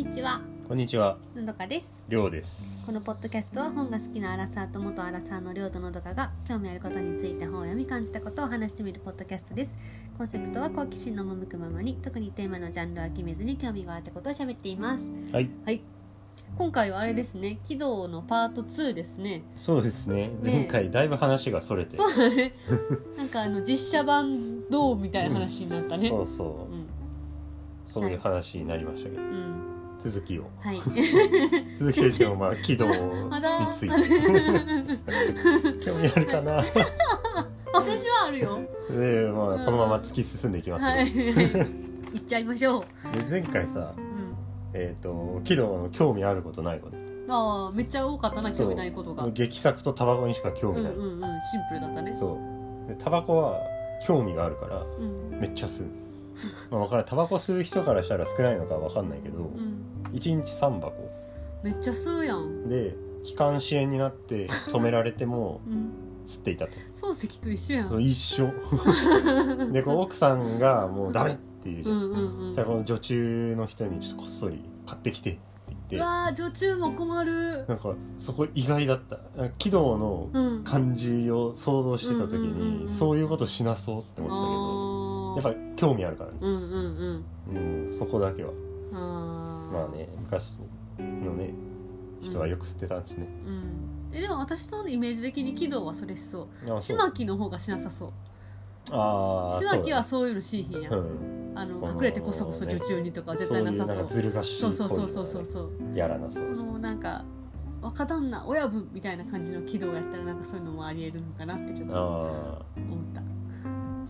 にちは。 こんにちは。 のどかです。 りょうです。 このポッドキャストは本が好きなアラサーと元アラサーのりょうとのどかが興味あることについて本を読み感じたことを話してみるポッドキャストです。コンセプトは好奇心の赴くままに、特にテーマのジャンルは決めずに興味があったことを喋っています。 はい。 はい。今回はあれですね、軌道のパート2ですね。 そうですね。前回だいぶ話がそれて。 そうだね。なんか実写版どうみたいな話になったね。 そうそう、 うん、 そういう話になりましたけど、続きを。 はい。 続きといっても軌道について興味あるかな。 私はあるよ。 で、このまま突き進んでいきますよ。 はい。行っちゃいましょう。 で前回さ、軌道の興味あることないこと。 ああ、めっちゃ多かったな、興味ないことが。 劇作とタバコにしか興味ない。 シンプルだったね。 そうでタバコは興味があるから、めっちゃ吸う。分からん、タバコ吸う人からしたら少ないのか分かんないけど、1日3箱めっちゃ吸うやん。 で気管支炎になって止められても吸っていたと。 漱石と一緒やん。 そう一緒で奥さんがもうダメって言うじゃん。じゃあこの女中の人にちょっとこっそり買ってきてって言って、 うわー、女中も困る。 なんかそこ意外だった。軌道の感じを想像してた時に、そういうことしなそうって思ってたけど、やっぱ興味あるからね。そこだけはまあね、昔のね人はよく吸ってたんですね。 でも私のイメージ的に軌道はそれしそう。島木の方がしなさそう。島木はそういうのしいひんやん。隠れてこそこそ女中にとかは絶対なさそう。 そういうなんかずる賢いそうやらなそうです。 なんか若旦那親分みたいな感じの軌道やったらなんかそういうのもありえるのかなってちょっと思った。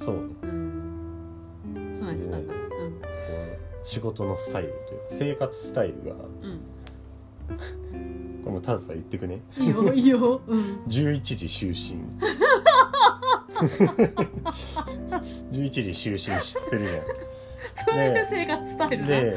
そうね。 そうなんですね。 仕事のスタイルというか生活スタイルが、これもただ言ってくね。 いいよいいよ。 11時就寝11時就寝するじゃん。 そういう生活スタイルで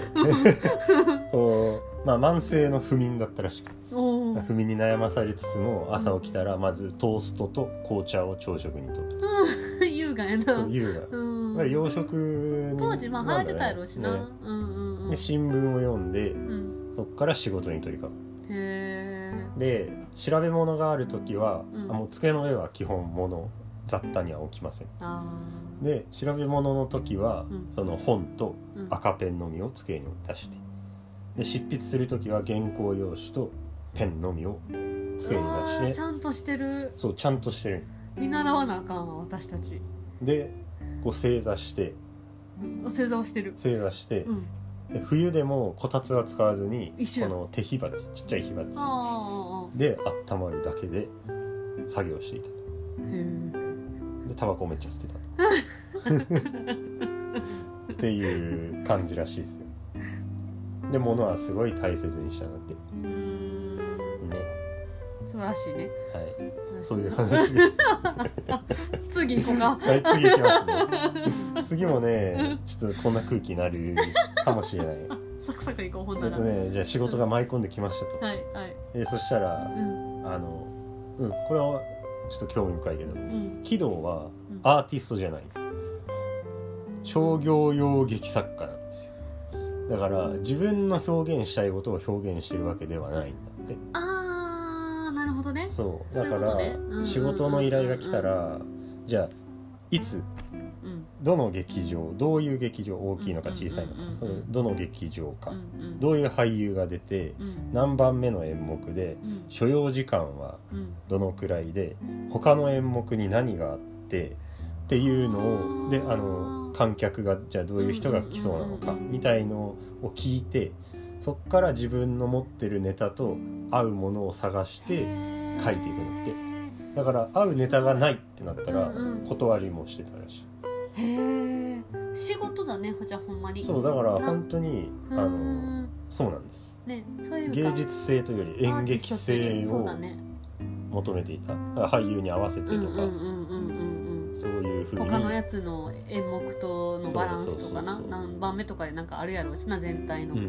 慢性の不眠だったらしく、不眠に悩まされつつも朝起きたらまずトーストと紅茶を朝食にとる。 優雅やな。 優雅。洋食当時流行ってたやろうしな。 で新聞を読んで、そっから仕事に取り掛かる。で調べ物がある時は、もう机の上は基本雑多には置きません。で調べ物の時は、その本と赤ペンのみを机に出して、で執筆する時は原稿用紙とペンのみを机に出して。 ちゃんとしてる。 そうちゃんとしてる。 見習わなあかんわ私たち。 で正座して、 正座をしてる。 正座して、で冬でもこたつは使わずにこの手火鉢、ちっちゃい火鉢で温まるだけで作業していたと。でタバコめっちゃ吸ってたとっていう感じらしいですよ。で物はすごい大切にしたなってね。 素晴らしいね。 はい、そういう話です次行こうか。 はい、次行きますね。次もねちょっとこんな空気になるかもしれない。 サクサク行こう。ほんならじゃあ仕事が舞い込んできましたと。そしたら、これはちょっと興味深いけど、軌道はアーティストじゃない、商業用劇作家なんですよ。だから自分の表現したいことを表現してるわけではないんだって。 なるほどね。 そうだから仕事の依頼が来たら、じゃあいつ、どの劇場、どういう劇場、大きいのか小さいのか、どの劇場か、どういう俳優が出て、何番目の演目で、所要時間はどのくらいで、他の演目に何があってっていうのをで観客がじゃあどういう人が来そうなのかみたいのを聞いて、そっから自分の持ってるネタと合うものを探して書いていくのって。だから合うネタがないってなったら断りもしてたらしい。 仕事だね。じゃあほんまに。 そうだから本当にそうなんです、 そういう芸術性というより演劇性を求めていた。俳優に合わせてとか、そういう風に他のやつの演目とのバランスとかな、何番目とかでなんかあるやろうしな、全体の。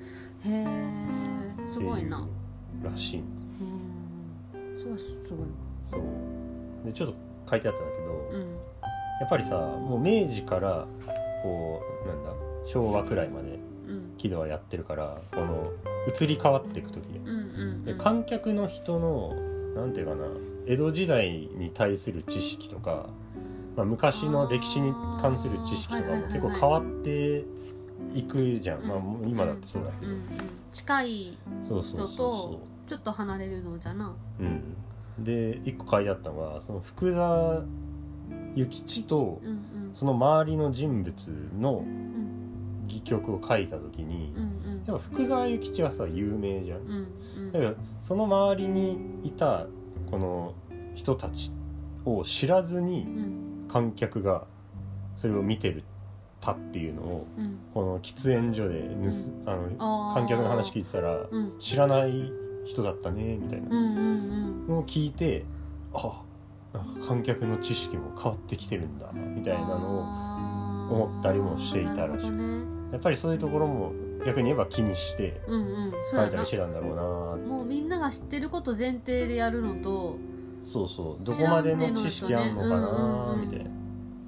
すごいならしいんです。それはすごい。 そうでちょっと書いてあったんだけど、やっぱりさもう明治からこうなんだ昭和くらいまで喜怒はやってるからこの移り変わっていく時で、観客の人のなんていうかな江戸時代に対する知識とか、昔の歴史に関する知識とかも結構変わっていくじゃん、今だってそうだけど、 近い人とちょっと離れるのじゃな。 で一個書いてあったのがその福沢諭吉とその周りの人物の戯曲を書いた時に、やっぱ福沢諭吉はさ有名じゃん、だからその周りにいたこの人たちを知らずに観客がそれを見てるたっていうのを、この喫煙所で観客の話聞いてたら、知らない人だったねみたいなのを聞いて、観客の知識も変わってきてるんだみたいなのを思ったりもしていたらしい、やっぱりそういうところも逆に言えば気にして書いたりしてたんだろうな。 もうみんなが知ってること前提でやるのと、 そうどこまでの知識あんのかなみたいな、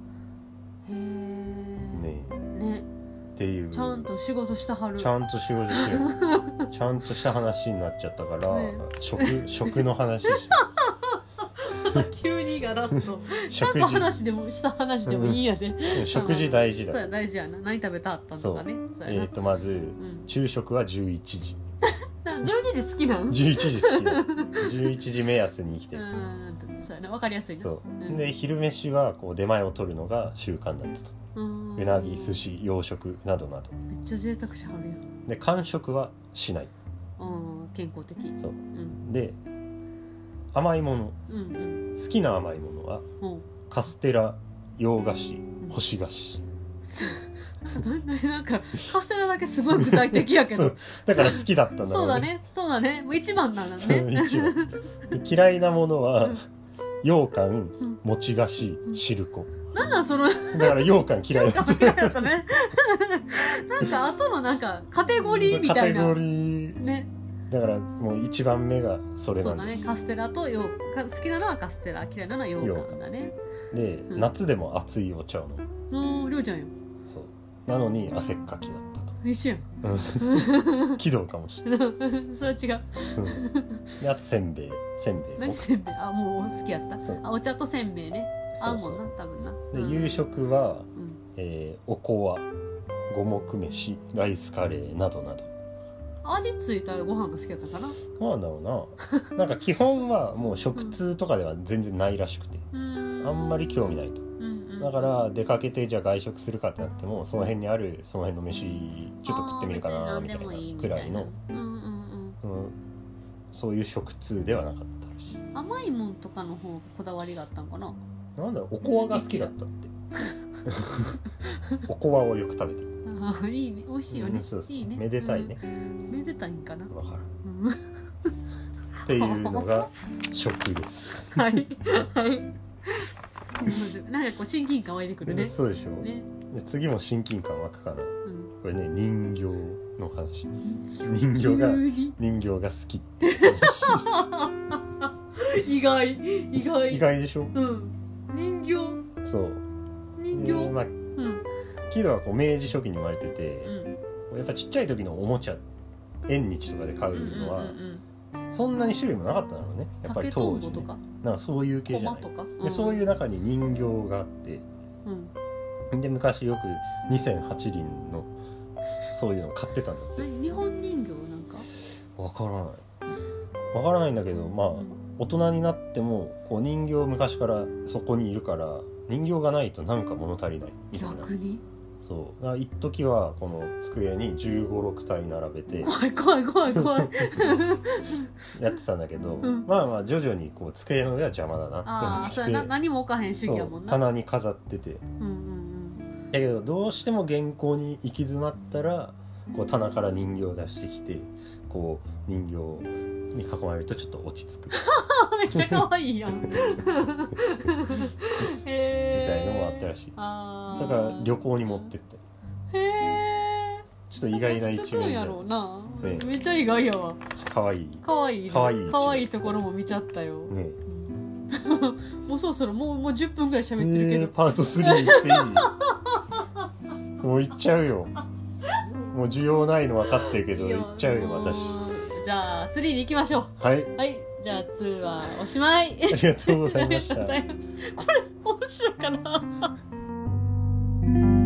ねっていう、 ちゃんと仕事したはる、 ちゃんと仕事してるちゃんとした話になっちゃったから、食の話急にガラッとちゃんと話でもした話でもいいやで、 食事大事だ、 そうや大事やな。何食べたったとかね。 まず、昼食は11時 12時好きなの ？11時好きだ11時目安に生きてる。 そうやな、分かりやすいな。 そう、で昼飯はこう出前を取るのが習慣だったと。うなぎ、寿司、洋食などなど。 めっちゃ贅沢しはるやん。 で間食はしない。 健康的。 そう、で甘いもの、好きな甘いものは、カステラ、洋菓子、干し菓子なんかカステラだけすごい具体的やけどだから好きだったんだろうね。 そうだねもう一番なんだね嫌いなものは羊羹、餅菓子、汁粉。 なんなんそのだから羊羹嫌いだったねなんか後のなんかカテゴリーみたいなカテゴリーね。だからもう1番目がそれなんです。 そうだね、カステラと好きなのはカステラ、嫌いなのは羊羹だね。 で、夏でも熱いお茶を飲む。 りょうちゃんよ。 そうなのに汗っかきだったと。 一緒やん気道かもしれないそれは違う、 であとせんべい何せんべい、もう好きやった。お茶とせんべいね、合うもんな多分な。 で夕食は、おこわ、五目飯、ライスカレーなどなど。 味ついたご飯が好きだったかな。 なんだろうななんか基本はもう食通とかでは全然ないらしくて、あんまり興味ないと。だから出かけてじゃあ外食するかってなっても、その辺にあるその辺の飯ちょっと食ってみるかなみたいなくらいの、そういう食通ではなかったらしい。 甘いもんとかの方がこだわりがあったんかな。 なんだろう、おこわが好きだったっておこわをよく食べてる。 いいね、美味しいよね。いいね、 めでたいね。 めでたいんかな、 わからんっていうのが食ですはいはいなんかこう親近感湧いてくるね。 そうでしょ、ね、で次も親近感湧くかな、これね、人形の話。人形が好きって意外でしょ。 人形、 そう人形、 キドはこう明治初期に生まれてて、やっぱちっちゃい時のおもちゃ縁日とかで買うのは、そんなに種類もなかったのね、やっぱり当時、ね、なんかそういう系じゃない。でそういう中に人形があって、で昔よく2008輪のそういうのを買ってたんだって。 日本人形なんかわからないんだけど、大人になってもこう人形昔からそこにいるから、人形がないとなんか物足りないみたいな。 逆にそうだから一時はこの机に15、6体並べて怖いやってたんだけど、徐々にこう机の上は邪魔だな。 それ何も置かへん主義やもんな。 棚に飾ってて、だけどどうしても原稿に行き詰まったらこう棚から人形を出してきて、こう人形に囲まれるとちょっと落ち着くめっちゃ可愛いやんみたいのもあったらしい。だから旅行に持ってって、ちょっと意外な一面やろうな、ね、めっちゃ意外やわ。 可愛いところも見ちゃったよ、ねもうそろそろもう10分ぐらい喋ってるけど、 パート3っていいもう行っちゃうよ。ももう需要ないの分かってるけど言っちゃうよ私。 じゃあ3に行きましょう。 はい、 はい、じゃあ2はおしまい。 ありがとうございました。 これ面白いかな